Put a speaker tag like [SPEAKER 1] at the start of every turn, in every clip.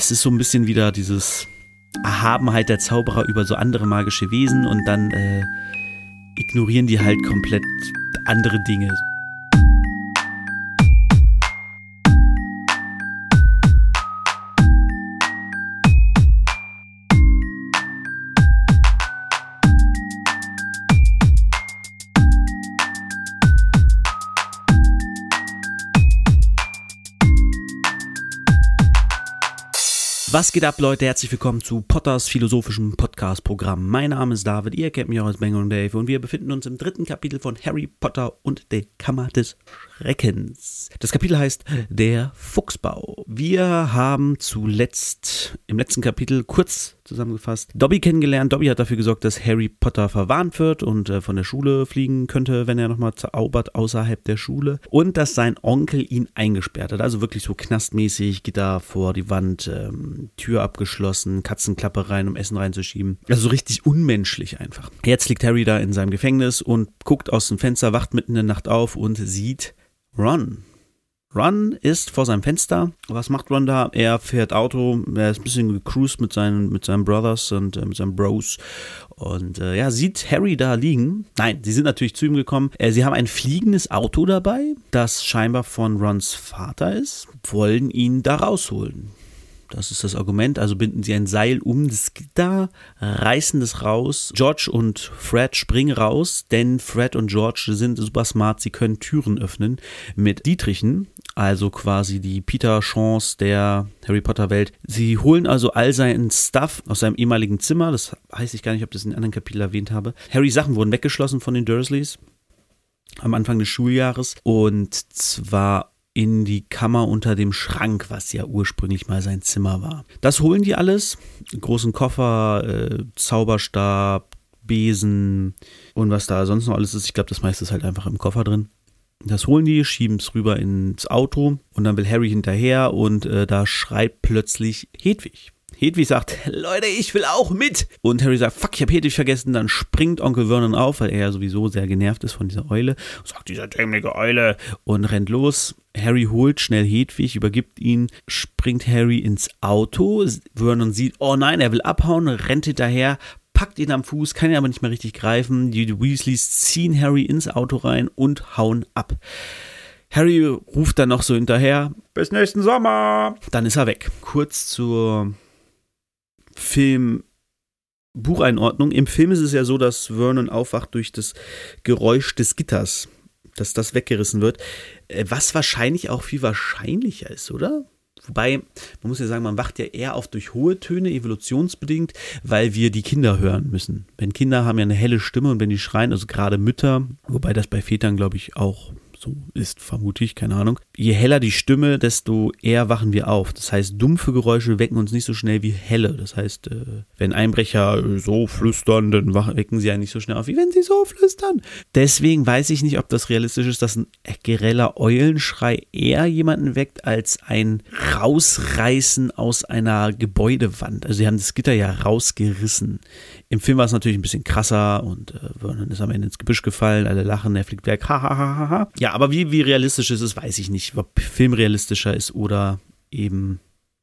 [SPEAKER 1] es ist so ein bisschen wieder dieses Erhabenheit der Zauberer über so andere magische Wesen und dann ignorieren die halt komplett andere Dinge. Was geht ab, Leute? Herzlich willkommen zu Potters philosophischem Podcast-Programm. Mein Name ist David, ihr kennt mich auch als Bang und Dave und wir befinden uns im 3. Kapitel von Harry Potter und der Kammer des Schreckens. Das Kapitel heißt Der Fuchsbau. Wir haben im letzten Kapitel kurz zusammengefasst Dobby kennengelernt. Dobby hat dafür gesorgt, dass Harry Potter verwarnt wird und von der Schule fliegen könnte, wenn er nochmal zaubert außerhalb der Schule. Und dass sein Onkel ihn eingesperrt hat. Also wirklich so knastmäßig, Gitter vor die Wand, Tür abgeschlossen, Katzenklappe rein, um Essen reinzuschieben. Also so richtig unmenschlich einfach. Jetzt liegt Harry da in seinem Gefängnis und guckt aus dem Fenster, wacht mitten in der Nacht auf und sieht Ron. Ron ist vor seinem Fenster. Was macht Ron da? Er fährt Auto, er ist ein bisschen gecruised mit seinen Brothers und mit seinen Bros und sieht Harry da liegen. Nein, sie sind natürlich zu ihm gekommen. Sie haben ein fliegendes Auto dabei, das scheinbar von Rons Vater ist, wollen ihn da rausholen. Das ist das Argument. Also binden sie ein Seil um das Gitter, reißen das raus. George und Fred springen raus, denn Fred und George sind super smart. Sie können Türen öffnen mit Dietrichen, also quasi die Peter Chance der Harry Potter Welt. Sie holen also all seinen Stuff aus seinem ehemaligen Zimmer. Das weiß ich gar nicht, ob ich das in anderen Kapiteln erwähnt habe. Harrys Sachen wurden weggeschlossen von den Dursleys am Anfang des Schuljahres und zwar in die Kammer unter dem Schrank, was ja ursprünglich mal sein Zimmer war. Das holen die alles, großen Koffer, Zauberstab, Besen und was da sonst noch alles ist. Ich glaube, das meiste ist halt einfach im Koffer drin. Das holen die, schieben es rüber ins Auto und dann will Harry hinterher und da schreit plötzlich Hedwig. Hedwig sagt, Leute, ich will auch mit. Und Harry sagt, fuck, ich habe Hedwig vergessen. Dann springt Onkel Vernon auf, weil er ja sowieso sehr genervt ist von dieser Eule. Und sagt, diese dämliche Eule. Und rennt los. Harry holt schnell Hedwig, übergibt ihn, springt Harry ins Auto. Vernon sieht, oh nein, er will abhauen, rennt hinterher, packt ihn am Fuß, kann ihn aber nicht mehr richtig greifen. Die Weasleys ziehen Harry ins Auto rein und hauen ab. Harry ruft dann noch so hinterher, bis nächsten Sommer. Dann ist er weg. Kurz zur Bucheinordnung. Im Film ist es ja so, dass Vernon aufwacht durch das Geräusch des Gitters, dass das weggerissen wird, was wahrscheinlich auch viel wahrscheinlicher ist, oder? Wobei, man muss ja sagen, man wacht ja eher auf durch hohe Töne, evolutionsbedingt, weil wir die Kinder hören müssen. Kinder haben ja eine helle Stimme und wenn die schreien, also gerade Mütter, wobei das bei Vätern, glaube ich, auch so ist, vermute ich, keine Ahnung. Je heller die Stimme, desto eher wachen wir auf. Das heißt, dumpfe Geräusche wecken uns nicht so schnell wie helle. Das heißt, wenn Einbrecher so flüstern, dann wecken sie ja nicht so schnell auf, wie wenn sie so flüstern. Deswegen weiß ich nicht, ob das realistisch ist, dass ein gereller Eulenschrei eher jemanden weckt, als ein Rausreißen aus einer Gebäudewand. Also sie haben das Gitter ja rausgerissen. Im Film war es natürlich ein bisschen krasser und Vernon ist am Ende ins Gebüsch gefallen, alle lachen, er fliegt weg, ha, ha, ha, ha, ha. Ja, aber wie realistisch ist es, weiß ich nicht. Ob Film realistischer ist oder eben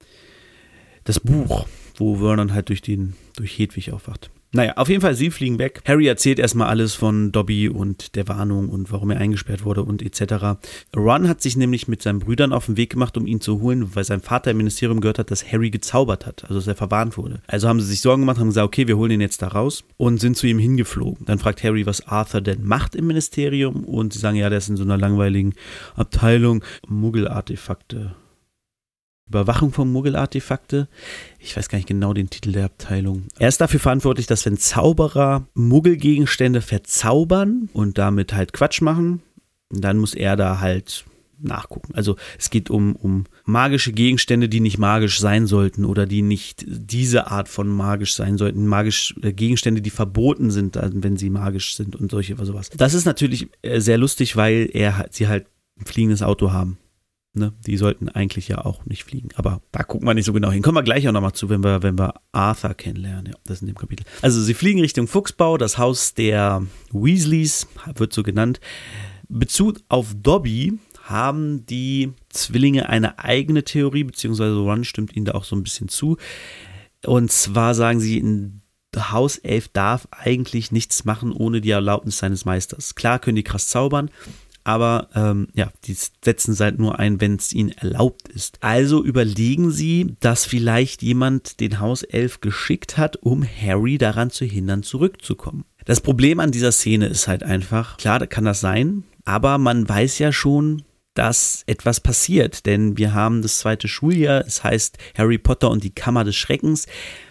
[SPEAKER 1] das Buch, wo Vernon halt durch Hedwig aufwacht. Naja, auf jeden Fall, sie fliegen weg. Harry erzählt erstmal alles von Dobby und der Warnung und warum er eingesperrt wurde und etc. Ron hat sich nämlich mit seinen Brüdern auf den Weg gemacht, um ihn zu holen, weil sein Vater im Ministerium gehört hat, dass Harry gezaubert hat, also dass er verwarnt wurde. Also haben sie sich Sorgen gemacht, haben gesagt, okay, wir holen ihn jetzt da raus und sind zu ihm hingeflogen. Dann fragt Harry, was Arthur denn macht im Ministerium und sie sagen, ja, der ist in so einer langweiligen Abteilung Muggelartefakte. Überwachung von Muggelartefakte. Ich weiß gar nicht genau den Titel der Abteilung. Er ist dafür verantwortlich, dass wenn Zauberer Muggelgegenstände verzaubern und damit halt Quatsch machen, dann muss er da halt nachgucken. Also es geht um magische Gegenstände, die nicht magisch sein sollten oder die nicht diese Art von magisch sein sollten. Magische Gegenstände, die verboten sind, wenn sie magisch sind und sowas. Das ist natürlich sehr lustig, weil sie halt ein fliegendes Auto haben. Ne, die sollten eigentlich ja auch nicht fliegen, aber da gucken wir nicht so genau hin. Kommen wir gleich auch nochmal zu, wenn wir Arthur kennenlernen. Ja, das ist in dem Kapitel. Also sie fliegen Richtung Fuchsbau, das Haus der Weasleys wird so genannt. Bezug auf Dobby haben die Zwillinge eine eigene Theorie, beziehungsweise Ron stimmt ihnen da auch so ein bisschen zu. Und zwar sagen sie, ein Hauself darf eigentlich nichts machen ohne die Erlaubnis seines Meisters. Klar können die krass zaubern, aber die setzen es halt nur ein, wenn es ihnen erlaubt ist. Also überlegen sie, dass vielleicht jemand den Hauself geschickt hat, um Harry daran zu hindern, zurückzukommen. Das Problem an dieser Szene ist halt einfach, klar, da kann das sein, aber man weiß ja schon, dass etwas passiert, denn wir haben das 2. Schuljahr, es heißt Harry Potter und die Kammer des Schreckens.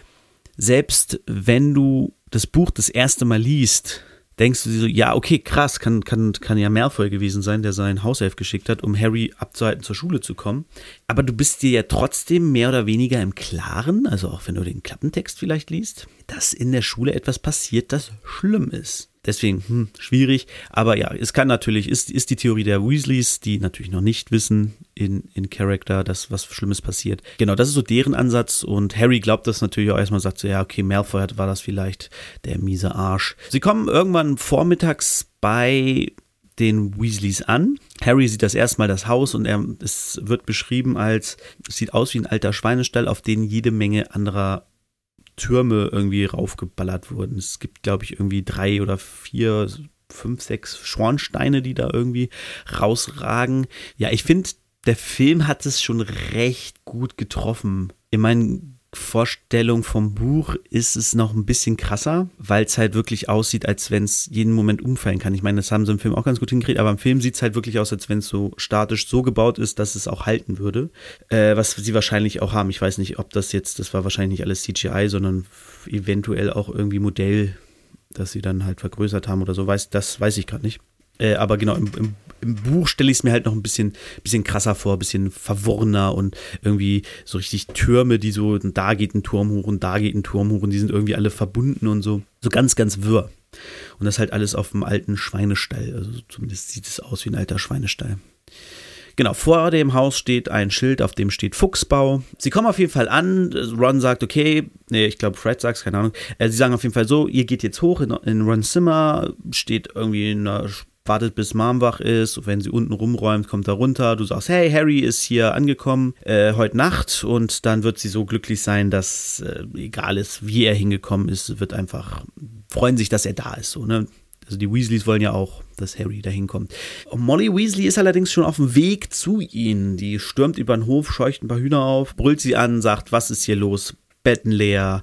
[SPEAKER 1] Selbst wenn du das Buch das erste Mal liest, denkst du dir so, ja, okay, krass, kann ja Malfoy gewesen sein, der seinen Hauself geschickt hat, um Harry abzuhalten, zur Schule zu kommen. Aber du bist dir ja trotzdem mehr oder weniger im Klaren, also auch wenn du den Klappentext vielleicht liest, dass in der Schule etwas passiert, das schlimm ist. Deswegen, schwierig, aber ja, es kann natürlich, ist die Theorie der Weasleys, die natürlich noch nicht wissen in Character, dass was Schlimmes passiert. Genau, das ist so deren Ansatz und Harry glaubt das natürlich auch erstmal, sagt so, ja, okay, Malfoy war das vielleicht, der miese Arsch. Sie kommen irgendwann vormittags bei den Weasleys an. Harry sieht das erstmal das Haus und es wird beschrieben als, es sieht aus wie ein alter Schweinestall, auf den jede Menge anderer Türme irgendwie raufgeballert wurden. Es gibt, glaube ich, irgendwie 3 oder 4, 5, 6 Schornsteine, die da irgendwie rausragen. Ja, ich finde, der Film hat es schon recht gut getroffen. In meinen Vorstellungen vom Buch ist es noch ein bisschen krasser, weil es halt wirklich aussieht, als wenn es jeden Moment umfallen kann. Ich meine, das haben sie im Film auch ganz gut hingekriegt, aber im Film sieht es halt wirklich aus, als wenn es so statisch so gebaut ist, dass es auch halten würde. Was sie wahrscheinlich auch haben. Ich weiß nicht, ob das war wahrscheinlich nicht alles CGI, sondern eventuell auch irgendwie Modell, das sie dann halt vergrößert haben oder so. Das weiß ich gerade nicht. Aber genau, im Buch stelle ich es mir halt noch ein bisschen krasser vor, ein bisschen verworrener und irgendwie so richtig Türme, die so, da geht ein Turm hoch und da geht ein Turm hoch und die sind irgendwie alle verbunden und so. So ganz, ganz wirr. Und das halt alles auf einem alten Schweinestall. Also zumindest sieht es aus wie ein alter Schweinestall. Genau, vor dem Haus steht ein Schild, auf dem steht Fuchsbau. Sie kommen auf jeden Fall an. Ron sagt, okay, ich glaube Fred sagt es, keine Ahnung. Sie sagen auf jeden Fall so, ihr geht jetzt hoch in Rons Zimmer, steht irgendwie wartet bis Mom wach ist, wenn sie unten rumräumt, kommt er runter, du sagst, hey, Harry ist hier angekommen, heute Nacht und dann wird sie so glücklich sein, dass egal ist, wie er hingekommen ist, wird einfach freuen sich, dass er da ist, so, ne? Also die Weasleys wollen ja auch, dass Harry da hinkommt. Und Molly Weasley ist allerdings schon auf dem Weg zu ihnen. Die stürmt über den Hof, scheucht ein paar Hühner auf, brüllt sie an, sagt, was ist hier los? Betten leer,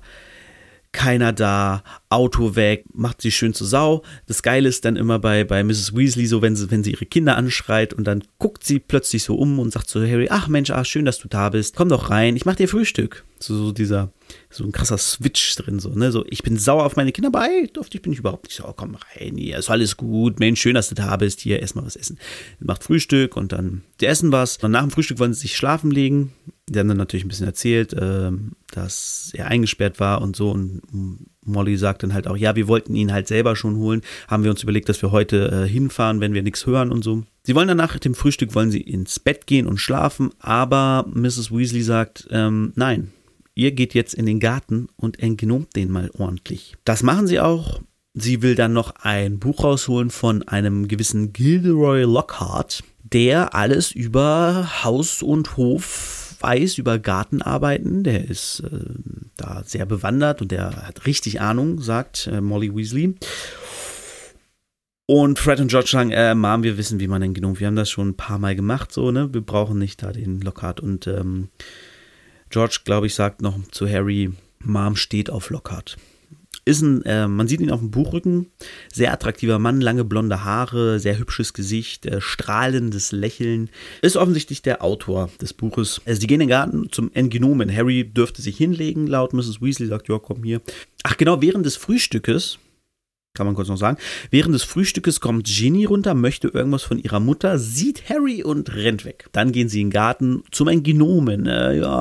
[SPEAKER 1] keiner da, Auto weg, macht sie schön zur Sau. Das Geile ist dann immer bei Mrs. Weasley so, wenn sie ihre Kinder anschreit und dann guckt sie plötzlich so um und sagt zu Harry, ach Mensch, schön, dass du da bist, komm doch rein, ich mach dir Frühstück. So ein krasser Switch drin, so, ne, so, ich bin sauer auf meine Kinder, aber auf dich bin ich überhaupt nicht sauer, komm rein, hier ist alles gut, Mensch, schön, dass du da bist, hier, ess mal was essen. Macht Frühstück und dann, die essen was, und nach dem Frühstück wollen sie sich schlafen legen. Die haben dann natürlich ein bisschen erzählt, dass er eingesperrt war und so, und Molly sagt dann halt auch, ja, wir wollten ihn halt selber schon holen, haben wir uns überlegt, dass wir heute hinfahren, wenn wir nichts hören und so. Sie wollen dann nach dem Frühstück, wollen sie ins Bett gehen und schlafen, aber Mrs. Weasley sagt, nein, ihr geht jetzt in den Garten und entgnomt den mal ordentlich. Das machen sie auch. Sie will dann noch ein Buch rausholen von einem gewissen Gilderoy Lockhart, der alles über Haus und Hof weiß, über Gartenarbeiten. Der ist da sehr bewandert und der hat richtig Ahnung, sagt Molly Weasley. Und Fred und George sagen, Mom, wir wissen, wie man den Gnom, wir haben das schon ein paar Mal gemacht, so, ne? Wir brauchen nicht da den Lockhart. Und George, glaube ich, sagt noch zu Harry, Mom steht auf Lockhart. Man sieht ihn auf dem Buchrücken, sehr attraktiver Mann, lange blonde Haare, sehr hübsches Gesicht, strahlendes Lächeln. Ist offensichtlich der Autor des Buches. Also die gehen in den Garten zum Entgnomen. Harry dürfte sich hinlegen, laut Mrs. Weasley, sagt, ja, komm hier. Ach genau, während des Frühstückes, kann man kurz noch sagen, während des Frühstückes kommt Ginny runter, möchte irgendwas von ihrer Mutter, sieht Harry und rennt weg. Dann gehen sie in den Garten zum Entgnomen.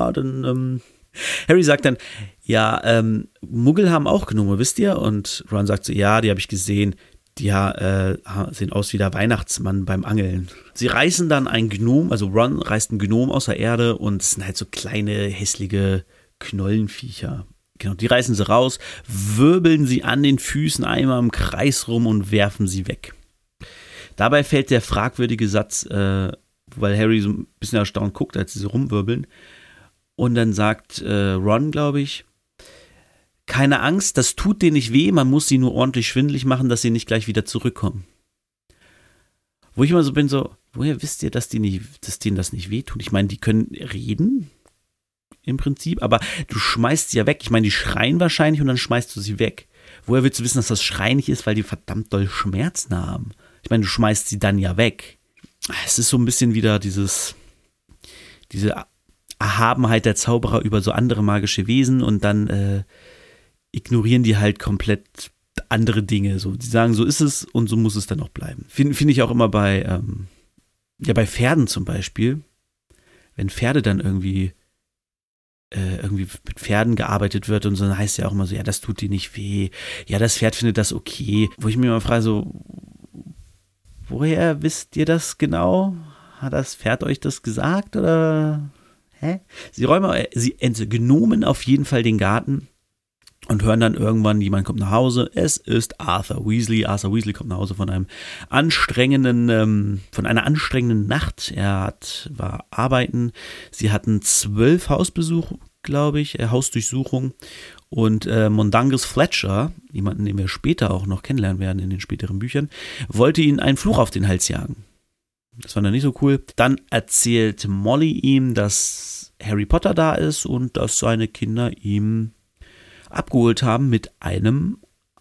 [SPEAKER 1] Harry sagt dann, ja, Muggel haben auch Gnome, wisst ihr? Und Ron sagt so, ja, die habe ich gesehen. Die sehen aus wie der Weihnachtsmann beim Angeln. Sie reißen dann einen Gnom, also Ron reißt einen Gnom aus der Erde und es sind halt so kleine, hässliche Knollenviecher. Genau, die reißen sie raus, wirbeln sie an den Füßen einmal im Kreis rum und werfen sie weg. Dabei fällt der fragwürdige Satz, weil Harry so ein bisschen erstaunt guckt, als sie so rumwirbeln. Und dann sagt Ron, glaube ich, keine Angst, das tut denen nicht weh, man muss sie nur ordentlich schwindelig machen, dass sie nicht gleich wieder zurückkommen. Wo ich immer so bin, so, woher wisst ihr, dass denen das nicht wehtut? Ich meine, die können reden, im Prinzip, aber du schmeißt sie ja weg. Ich meine, die schreien wahrscheinlich und dann schmeißt du sie weg. Woher willst du wissen, dass das Schreien nicht ist, weil die verdammt doll Schmerzen haben? Ich meine, du schmeißt sie dann ja weg. Es ist so ein bisschen wieder diese Erhabenheit der Zauberer über so andere magische Wesen und dann ignorieren die halt komplett andere Dinge. So, die sagen, so ist es und so muss es dann auch bleiben. Finde ich auch immer bei Pferden zum Beispiel, wenn Pferde dann irgendwie mit Pferden gearbeitet wird und so, dann heißt ja auch immer so, ja, das tut dir nicht weh. Ja, das Pferd findet das okay. Wo ich mir immer frage, so, woher wisst ihr das genau? Hat das Pferd euch das gesagt oder? Hä? Sie entgnomen auf jeden Fall den Garten und hören dann irgendwann, jemand kommt nach Hause. Es ist Arthur Weasley. Arthur Weasley kommt nach Hause von einer anstrengenden Nacht. War arbeiten. Sie hatten 12 Hausbesuche, glaube ich, Hausdurchsuchungen. Und Mundungus Fletcher, jemanden, den wir später auch noch kennenlernen werden in den späteren Büchern, wollte ihnen einen Fluch auf den Hals jagen. Das fand er nicht so cool. Dann erzählt Molly ihm, dass Harry Potter da ist und dass seine Kinder ihm abgeholt haben mit seinem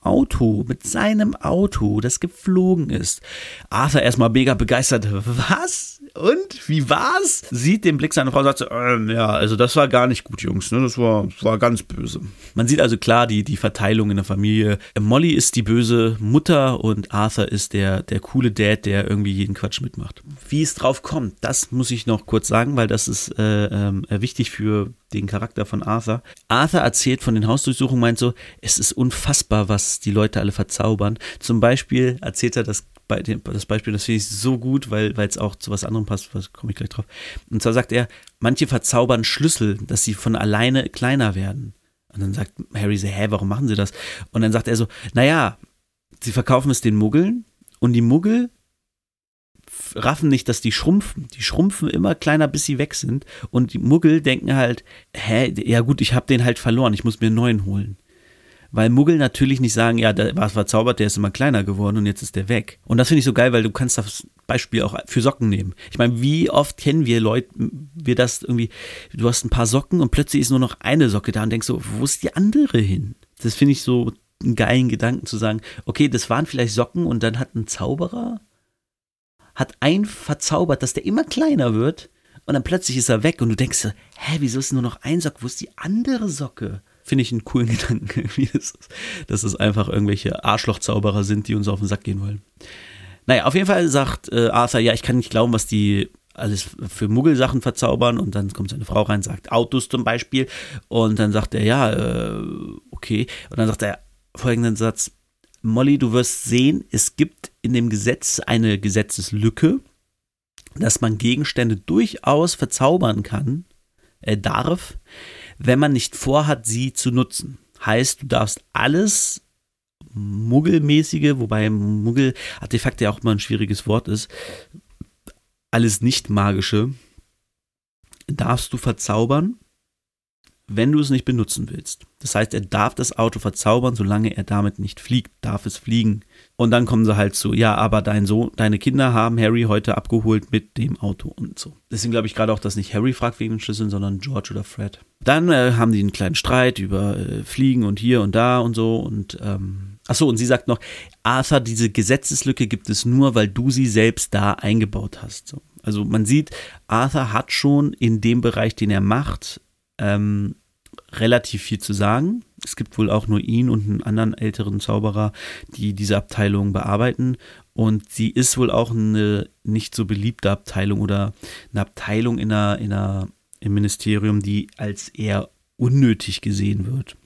[SPEAKER 1] Auto, das geflogen ist. Arthur erstmal mega begeistert. Was? Und? Wie war's? Sieht den Blick seiner Frau und sagt so, ja, also das war gar nicht gut, Jungs, ne? Das war ganz böse. Man sieht also klar die Verteilung in der Familie. Molly ist die böse Mutter und Arthur ist der coole Dad, der irgendwie jeden Quatsch mitmacht. Wie es drauf kommt, das muss ich noch kurz sagen, weil das ist wichtig für den Charakter von Arthur. Arthur erzählt von den Hausdurchsuchungen, meint so, es ist unfassbar, was die Leute alle verzaubern. Zum Beispiel erzählt er das Beispiel, das finde ich so gut, weil es auch zu was anderem passt, komme ich gleich drauf. Und zwar sagt er, manche verzaubern Schlüssel, dass sie von alleine kleiner werden. Und dann sagt Harry so, warum machen sie das? Und dann sagt er so, naja, sie verkaufen es den Muggeln und die Muggel raffen nicht, dass die schrumpfen. Die schrumpfen immer kleiner, bis sie weg sind. Und die Muggel denken halt, ja gut, ich habe den halt verloren, ich muss mir einen neuen holen. Weil Muggel natürlich nicht sagen, ja, der war verzaubert, der ist immer kleiner geworden und jetzt ist der weg. Und das finde ich so geil, weil du kannst das Beispiel auch für Socken nehmen. Ich meine, wie oft kennen wir das irgendwie, du hast ein paar Socken und plötzlich ist nur noch eine Socke da und denkst so, wo ist die andere hin? Das finde ich so einen geilen Gedanken zu sagen, okay, das waren vielleicht Socken und dann hat ein Zauberer einen verzaubert, dass der immer kleiner wird und dann plötzlich ist er weg und du denkst so, wieso ist nur noch ein Sock, wo ist die andere Socke? Finde ich einen coolen Gedanken, dass es einfach irgendwelche Arschlochzauberer sind, die uns auf den Sack gehen wollen. Naja, auf jeden Fall sagt Arthur, ja, ich kann nicht glauben, was die alles für Muggelsachen verzaubern. Und dann kommt seine Frau rein, sagt Autos zum Beispiel. Und dann sagt er, ja, okay. Und dann sagt er folgenden Satz, Molly, du wirst sehen, es gibt in dem Gesetz eine Gesetzeslücke, dass man Gegenstände durchaus verzaubern darf, wenn man nicht vorhat, sie zu nutzen. Heißt, du darfst alles Muggelmäßige, wobei Muggel-Artefakt ja auch mal ein schwieriges Wort ist, alles Nicht-Magische, darfst du verzaubern, wenn du es nicht benutzen willst. Das heißt, er darf das Auto verzaubern, solange er damit nicht fliegt, darf es fliegen. Und dann kommen sie halt so, ja, aber deine Kinder haben Harry heute abgeholt mit dem Auto und so. Deswegen glaube ich gerade auch, dass nicht Harry fragt wegen den Schlüsseln, sondern George oder Fred. Dann haben die einen kleinen Streit über Fliegen und hier und da und so. Und und sie sagt noch, Arthur, diese Gesetzeslücke gibt es nur, weil du sie selbst da eingebaut hast. So. Also man sieht, Arthur hat schon in dem Bereich, den er macht, relativ viel zu sagen. Es gibt wohl auch nur ihn und einen anderen älteren Zauberer, die diese Abteilung bearbeiten. Und sie ist wohl auch eine nicht so beliebte Abteilung oder eine Abteilung im Ministerium, die als eher unnötig gesehen wird.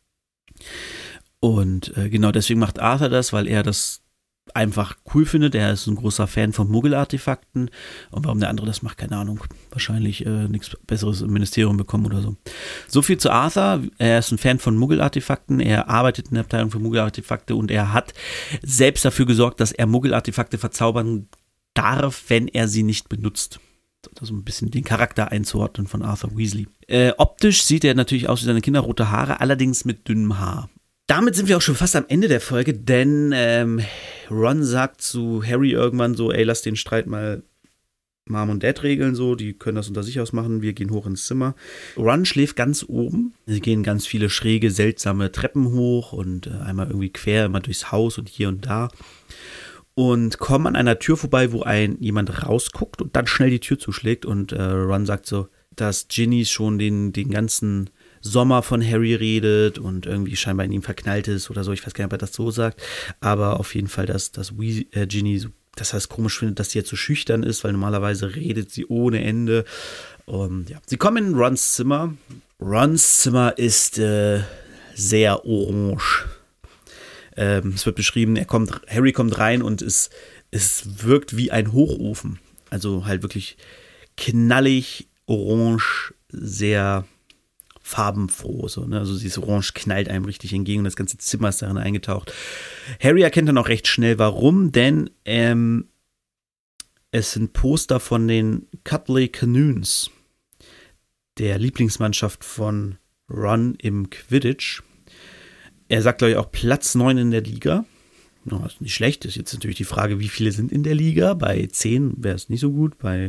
[SPEAKER 1] Und genau deswegen macht Arthur das, weil er das einfach cool findet. Er ist ein großer Fan von Muggel-Artefakten. Und warum der andere das macht, keine Ahnung. Wahrscheinlich nichts Besseres im Ministerium bekommen oder so. So viel zu Arthur. Er ist ein Fan von Muggel-Artefakten. Er arbeitet in der Abteilung für Muggel-Artefakte und er hat selbst dafür gesorgt, dass er Muggel-Artefakte verzaubern darf, wenn er sie nicht benutzt. so ein bisschen den Charakter einzuordnen von Arthur Weasley. Optisch sieht er natürlich aus wie seine Kinder, rote Haare, allerdings mit dünnem Haar. Damit sind wir auch schon fast am Ende der Folge, denn Ron sagt zu Harry irgendwann so, ey, lass den Streit mal Mom und Dad regeln so, die können das unter sich ausmachen, wir gehen hoch ins Zimmer. Ron schläft ganz oben, sie gehen ganz viele schräge, seltsame Treppen hoch und einmal irgendwie quer, immer durchs Haus und hier und da und kommen an einer Tür vorbei, wo jemand rausguckt und dann schnell die Tür zuschlägt und Ron sagt so, dass Ginny schon den ganzen Sommer von Harry redet und irgendwie scheinbar in ihm verknallt ist oder so, ich weiß gar nicht, ob er das so sagt, aber auf jeden Fall, dass Ginny so, dass er es komisch findet, dass sie jetzt so schüchtern ist, weil normalerweise redet sie ohne Ende. Ja. Sie kommen in Rons Zimmer. Rons Zimmer ist sehr orange. Es wird beschrieben, Harry kommt rein und es wirkt wie ein Hochofen. Also halt wirklich knallig, orange, sehr farbenfroh. So, ne? Also dieses Orange knallt einem richtig entgegen und das ganze Zimmer ist darin eingetaucht. Harry erkennt dann auch recht schnell, warum, denn es sind Poster von den Cutley Canoons, der Lieblingsmannschaft von Ron im Quidditch. Er sagt, glaube ich, auch Platz 9 in der Liga. No, das ist nicht schlecht. Das ist jetzt natürlich die Frage, wie viele sind in der Liga. Bei 10 wäre es nicht so gut, bei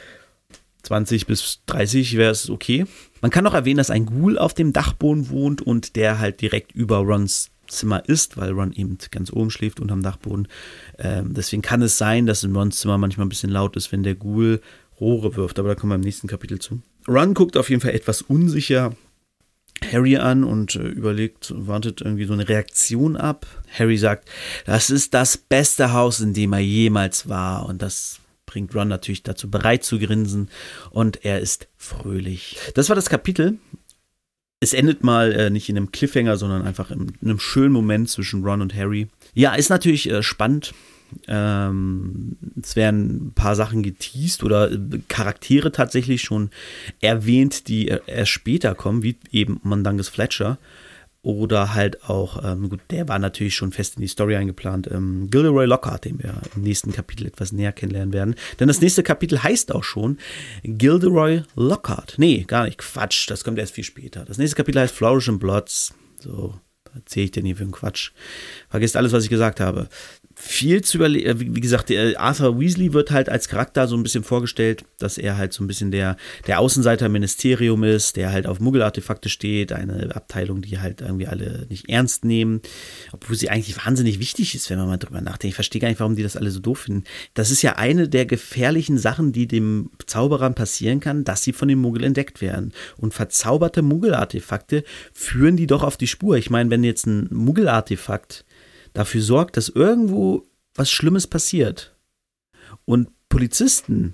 [SPEAKER 1] 20 bis 30 wäre es okay. Man kann noch erwähnen, dass ein Ghoul auf dem Dachboden wohnt und der halt direkt über Rons Zimmer ist, weil Ron eben ganz oben schläft unterm Dachboden. Deswegen kann es sein, dass in Rons Zimmer manchmal ein bisschen laut ist, wenn der Ghoul Rohre wirft, aber da kommen wir im nächsten Kapitel zu. Ron guckt auf jeden Fall etwas unsicher Harry an und wartet irgendwie so eine Reaktion ab. Harry sagt, das ist das beste Haus, in dem er jemals war und das bringt Ron natürlich dazu, bereit zu grinsen und er ist fröhlich. Das war das Kapitel. Es endet mal nicht in einem Cliffhanger, sondern einfach in einem schönen Moment zwischen Ron und Harry. Ja, ist natürlich spannend. Es werden ein paar Sachen geteased oder Charaktere tatsächlich schon erwähnt, die erst später kommen, wie eben Mundungus Fletcher. Oder halt auch, gut, der war natürlich schon fest in die Story eingeplant, Gilderoy Lockhart, den wir im nächsten Kapitel etwas näher kennenlernen werden. Denn das nächste Kapitel heißt auch schon Gilderoy Lockhart. Nee, gar nicht, Quatsch, das kommt erst viel später. Das nächste Kapitel heißt Flourish and Bloods. So, was erzähle ich denn hier für einen Quatsch? Vergesst alles, was ich gesagt habe. Viel zu überlegen, wie gesagt, Arthur Weasley wird halt als Charakter so ein bisschen vorgestellt, dass er halt so ein bisschen der Außenseiter im Ministerium ist, der halt auf Muggelartefakte steht, eine Abteilung, die halt irgendwie alle nicht ernst nehmen, obwohl sie eigentlich wahnsinnig wichtig ist, wenn man mal drüber nachdenkt. Ich verstehe gar nicht, warum die das alle so doof finden. Das ist ja eine der gefährlichen Sachen, die dem Zauberern passieren kann, dass sie von den Muggel entdeckt werden. Und verzauberte Muggelartefakte führen die doch auf die Spur. Ich meine, wenn jetzt ein Muggelartefakt dafür sorgt, dass irgendwo was Schlimmes passiert und Polizisten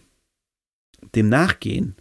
[SPEAKER 1] dem nachgehen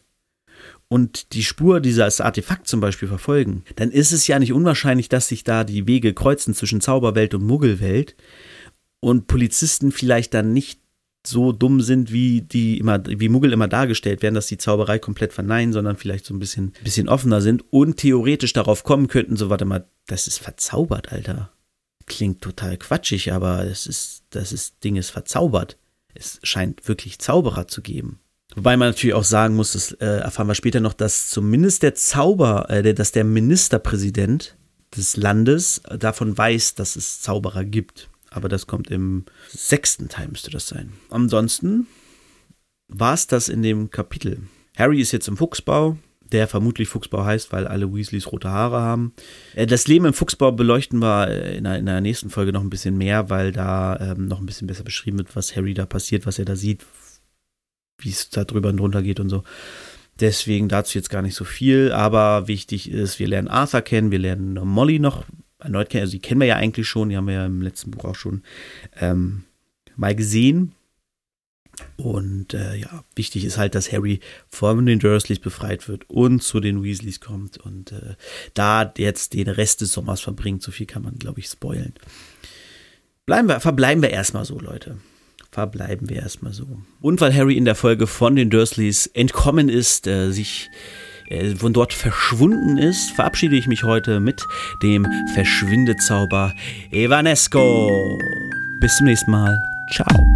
[SPEAKER 1] und die Spur dieses Artefakt zum Beispiel verfolgen, dann ist es ja nicht unwahrscheinlich, dass sich da die Wege kreuzen zwischen Zauberwelt und Muggelwelt und Polizisten vielleicht dann nicht so dumm sind, wie Muggel immer dargestellt werden, dass die Zauberei komplett verneinen, sondern vielleicht so ein bisschen offener sind und theoretisch darauf kommen könnten, so warte mal, das ist verzaubert, Alter. Klingt total quatschig, aber das Ding ist verzaubert. Es scheint wirklich Zauberer zu geben. Wobei man natürlich auch sagen muss, das erfahren wir später noch, dass zumindest dass der Ministerpräsident des Landes davon weiß, dass es Zauberer gibt. Aber das kommt im 6. Teil, müsste das sein. Ansonsten war es das in dem Kapitel. Harry ist jetzt im Fuchsbau, der vermutlich Fuchsbau heißt, weil alle Weasleys rote Haare haben. Das Leben im Fuchsbau beleuchten wir in der nächsten Folge noch ein bisschen mehr, weil da noch ein bisschen besser beschrieben wird, was Harry da passiert, was er da sieht, wie es da drüber und drunter geht und so. Deswegen dazu jetzt gar nicht so viel, aber wichtig ist, wir lernen Arthur kennen, wir lernen Molly noch erneut kennen, also die kennen wir ja eigentlich schon, die haben wir ja im letzten Buch auch schon mal gesehen. Und wichtig ist halt, dass Harry von den Dursleys befreit wird und zu den Weasleys kommt und da jetzt den Rest des Sommers verbringt. So viel kann man, glaube ich, spoilen. Verbleiben wir erstmal so, Leute. Verbleiben wir erstmal so. Und weil Harry in der Folge von den Dursleys entkommen ist, von dort verschwunden ist, verabschiede ich mich heute mit dem Verschwindezauber Evanesco. Bis zum nächsten Mal. Ciao.